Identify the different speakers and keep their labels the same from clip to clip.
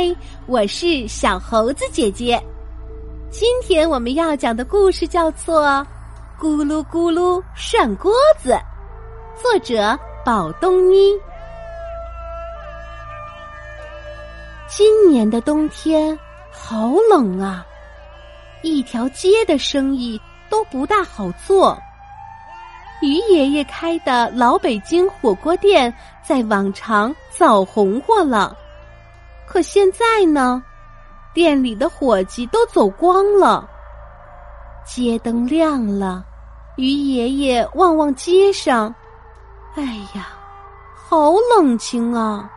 Speaker 1: 嘿，我是小猴子姐姐。今天我们要讲的故事叫做《咕噜咕噜涮锅子》，作者宝东妮。今年的冬天好冷啊，一条街的生意都不大好做。于爷爷开的老北京火锅店在往常早红火了，可现在呢，店里的伙计都走光了。街灯亮了，于爷爷望望街上，哎呀，好冷清啊。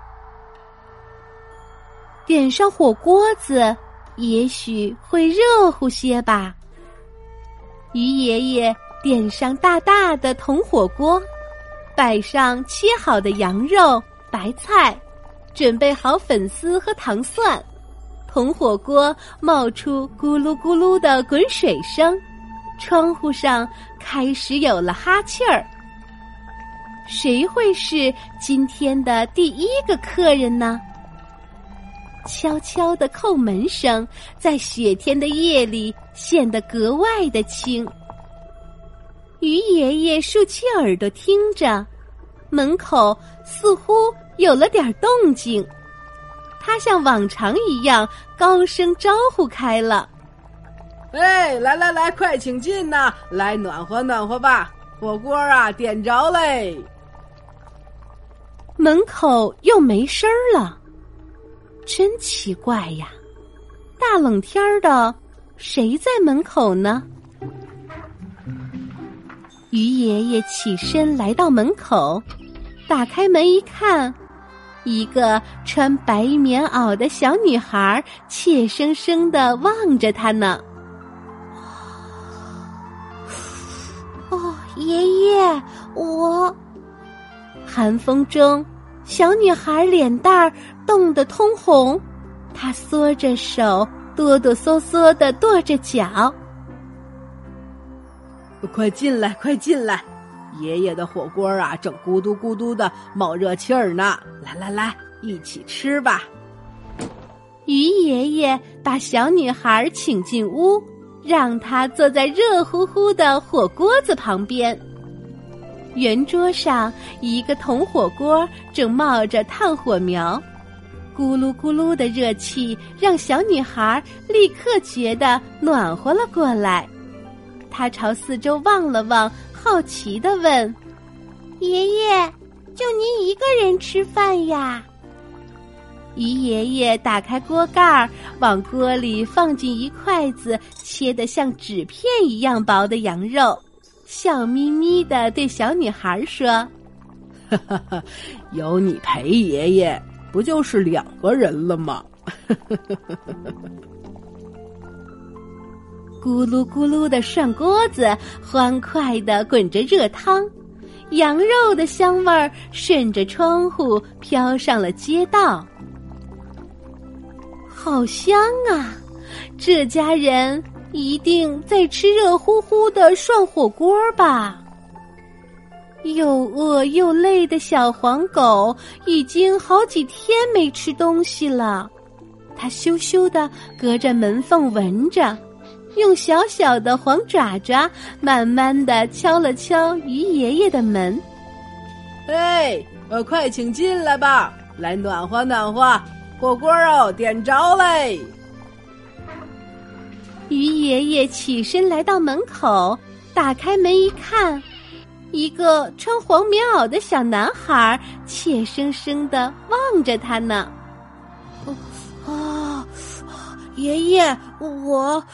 Speaker 1: 点上火锅子，也许会热乎些吧。于爷爷点上大大的铜火锅，摆上切好的羊肉、白菜，准备好粉丝和糖蒜。铜火锅冒出咕噜咕噜的滚水声，窗户上开始有了哈气儿。谁会是今天的第一个客人呢？悄悄的叩门声在雪天的夜里显得格外的轻。于爷爷竖起耳朵听着，门口似乎有了点动静。他像往常一样高声招呼开了：“
Speaker 2: 哎，来，快请进呐！来暖和暖和吧，火锅啊点着嘞！”
Speaker 1: 门口又没声儿了，真奇怪呀！大冷天的，谁在门口呢？于爷爷起身来到门口，打开门一看，一个穿白棉袄的小女孩怯生生地望着他呢。爷爷，我……寒风中，小女孩脸蛋儿冻得通红，她缩着手，哆哆嗦嗦地跺着脚。
Speaker 2: 快进来，快进来！爷爷的火锅啊，正咕嘟咕嘟的冒热气儿呢。来，一起吃吧。
Speaker 1: 于爷爷把小女孩请进屋，让她坐在热乎乎的火锅子旁边。圆桌上，一个铜火锅正冒着炭火苗，咕噜咕噜的热气让小女孩立刻觉得暖和了过来。她朝四周望了望，好奇地问：“爷爷，就您一个人吃饭呀？”于爷爷打开锅盖，往锅里放进一筷子切得像纸片一样薄的羊肉，笑眯眯地对小女孩说：“
Speaker 2: 哈，有你陪爷爷，不就是2个人了吗？”
Speaker 1: 咕噜咕噜的涮锅子欢快地滚着热汤，羊肉的香味儿顺着窗户飘上了街道。好香啊！这家人一定在吃热乎乎的涮火锅吧？又饿又累的小黄狗已经好几天没吃东西了，它羞羞地隔着门缝闻着，用小小的黄爪爪慢慢地敲了敲于爷爷的门。
Speaker 2: 哎，快请进来吧，来暖和暖和，火锅哦点着嘞。
Speaker 1: 于爷爷起身来到门口，打开门一看，一个穿黄棉袄的小男孩怯生生地望着他呢。爷爷，我……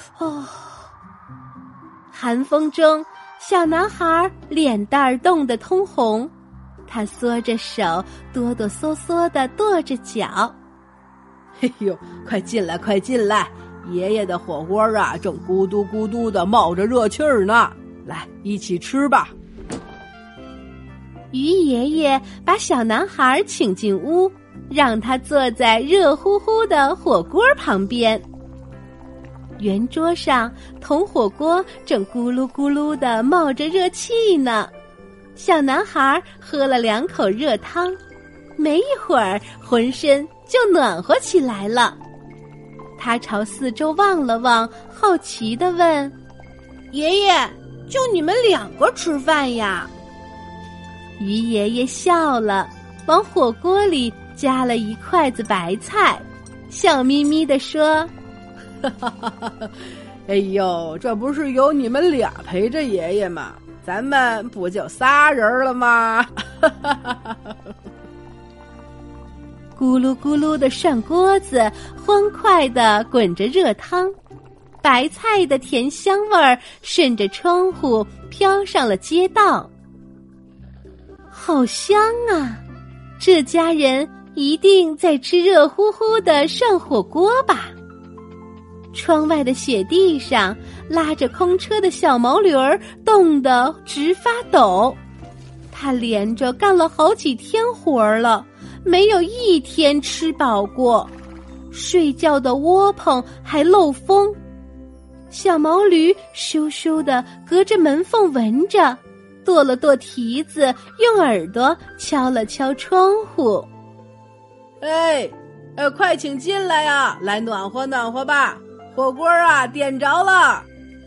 Speaker 1: 寒风中，小男孩脸蛋儿冻得通红，他缩着手，哆哆嗦嗦地跺着脚。
Speaker 2: 哎呦，快进来，快进来！爷爷的火锅啊，正咕嘟咕嘟的冒着热气儿呢。来，一起吃吧。
Speaker 1: 于爷爷把小男孩请进屋，让他坐在热乎乎的火锅旁边。圆桌上，铜火锅正咕噜咕噜地冒着热气呢。小男孩喝了2口热汤， 没一会儿，浑身就暖和起来了。他朝四周望了望，好奇地问：“
Speaker 2: 爷爷，就你们2个吃饭呀？”
Speaker 1: 鱼爷爷笑了，往火锅里加了1筷子白菜，笑眯眯地说：“
Speaker 2: 哈哈哈哈，哎呦，这不是有你们俩陪着爷爷吗？咱们不就仨人了吗？”
Speaker 1: 咕噜咕噜的涮锅子，欢快地滚着热汤，白菜的甜香味儿顺着窗户飘上了街道。好香啊！这家人一定在吃热乎乎的涮火锅吧？窗外的雪地上，拉着空车的小毛驴儿冻得直发抖。他连着干了好几天活了，没有一天吃饱过，睡觉的窝棚还漏风。小毛驴羞羞地隔着门缝闻着，跺了跺蹄子，用耳朵敲了敲窗户。
Speaker 2: 哎，快请进来呀，来暖和暖和吧，火锅啊点着了。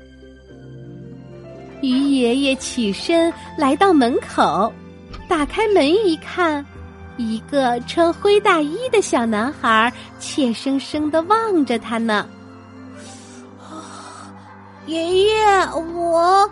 Speaker 1: 鱼爷爷起身来到门口，打开门一看，一个穿灰大衣的小男孩怯生生地望着他呢。
Speaker 3: 爷爷，我……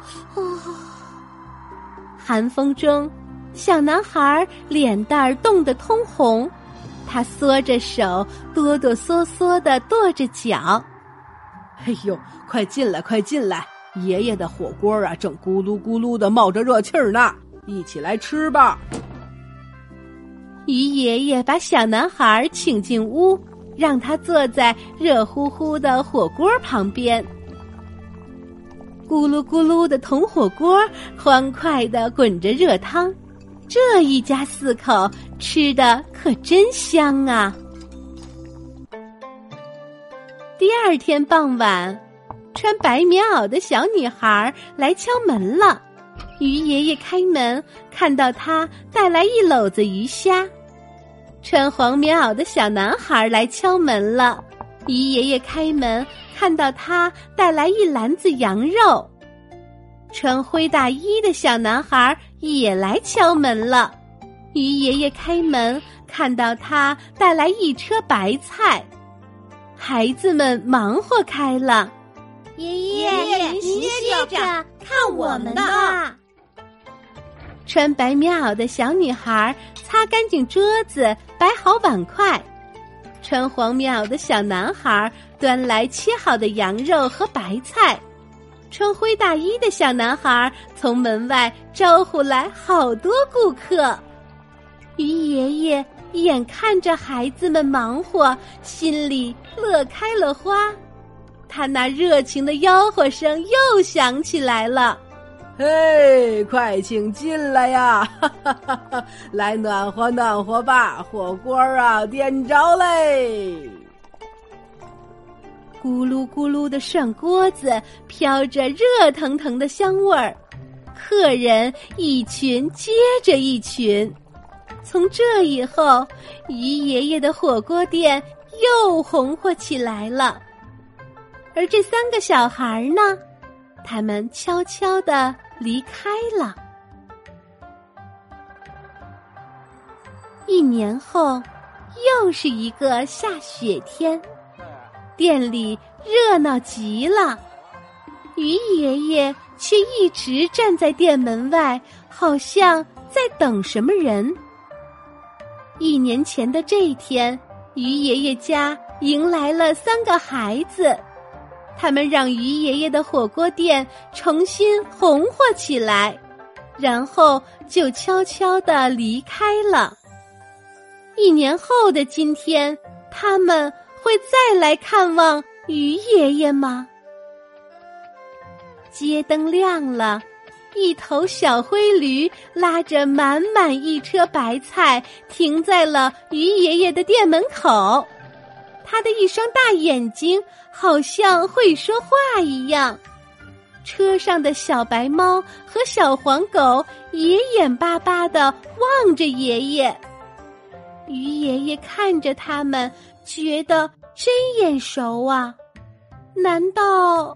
Speaker 1: 寒风中，小男孩脸蛋冻得通红，他缩着手，哆哆嗦嗦地跺着脚。
Speaker 2: 哎呦，快进来，快进来！爷爷的火锅啊，正咕噜咕噜的冒着热气儿呢，一起来吃吧。
Speaker 1: 鱼爷爷把小男孩请进屋，让他坐在热乎乎的火锅旁边。咕噜咕噜的铜火锅欢快地滚着热汤，这一家4口吃的可真香啊！第2天傍晚，穿白棉袄的小女孩来敲门了。鱼爷爷开门，看到她带来1篓子鱼虾。穿黄棉袄的小男孩来敲门了。鱼爷爷开门，看到他带来1篮子羊肉。穿灰大衣的小男孩也来敲门了。鱼爷爷开门，看到他带来1车白菜。孩子们忙活开了。
Speaker 3: 爷爷，您歇着，看我们的。
Speaker 1: 穿白棉袄的小女孩擦干净桌子，摆好碗筷。穿黄棉袄的小男孩端来切好的羊肉和白菜。穿灰大衣的小男孩从门外招呼来好多顾客。鱼爷爷眼看着孩子们忙活，心里乐开了花。他那热情的吆喝声又响起来了。
Speaker 2: 嘿，快请进来呀！哈哈哈哈，来暖和暖和吧，火锅啊点着嘞！
Speaker 1: 咕噜咕噜的涮锅子飘着热腾腾的香味儿，客人一群接着一群。从这以后，鱼爷爷的火锅店又红火起来了。而这3个小孩呢，他们悄悄地离开了。1年后，又是一个下雪天，店里热闹极了。鱼爷爷却一直站在店门外，好像在等什么人。1年前的这一天，鱼爷爷家迎来了3个孩子。他们让鱼爷爷的火锅店重新红火起来，然后就悄悄地离开了。1年后的今天，他们会再来看望鱼爷爷吗？街灯亮了，一头小灰驴拉着满满1车白菜停在了鱼爷爷的店门口。他的一双大眼睛好像会说话一样。车上的小白猫和小黄狗也眼巴巴地望着爷爷。 鱼爷爷看着他们，觉得真眼熟啊！难道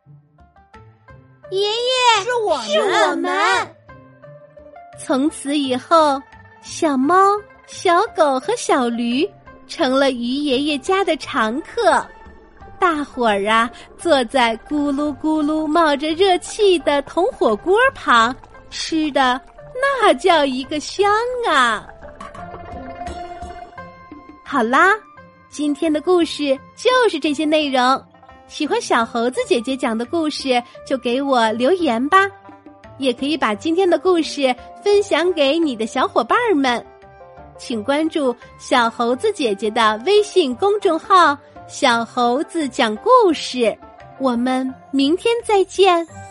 Speaker 3: 爷爷
Speaker 2: 是我们？
Speaker 1: 从此以后，小猫、小狗和小驴成了鱼爷爷家的常客。大伙儿啊，坐在咕噜咕噜冒着热气的铜火锅旁，吃的那叫一个香啊！好啦，今天的故事就是这些内容。喜欢小猴子姐姐讲的故事，就给我留言吧。也可以把今天的故事分享给你的小伙伴们。请关注小猴子姐姐的微信公众号“小猴子讲故事”。我们明天再见。